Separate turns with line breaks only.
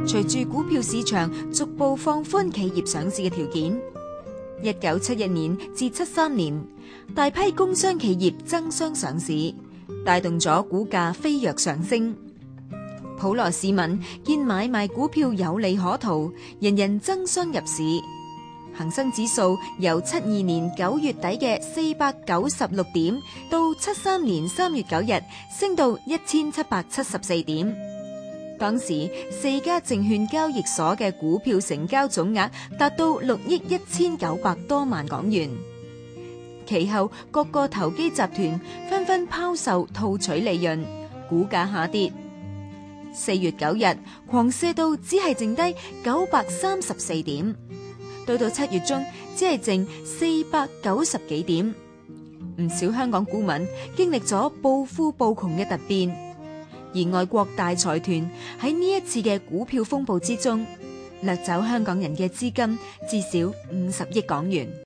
隨住股票市場逐步放寬企業上市嘅條件，1971年至73年，大批工商企業爭相上市，帶動咗股價飛躍上升。普羅市民見買賣股票有利可圖，人人爭相入市。恒生指數由72年9月底嘅496點，到73年3月9日升到1774點。當時4家證券交易所嘅股票成交總額達到6億1900多萬港元。其後各個投機集團紛紛拋售套取利潤，股價下跌。4月9日狂瀉到只係剩低934點。到7月中，只係剩490幾點。唔少香港股民經歷咗暴富暴窮嘅突變，而外國大財團喺呢一次嘅股票風暴之中，掠走香港人嘅資金至少50億港元。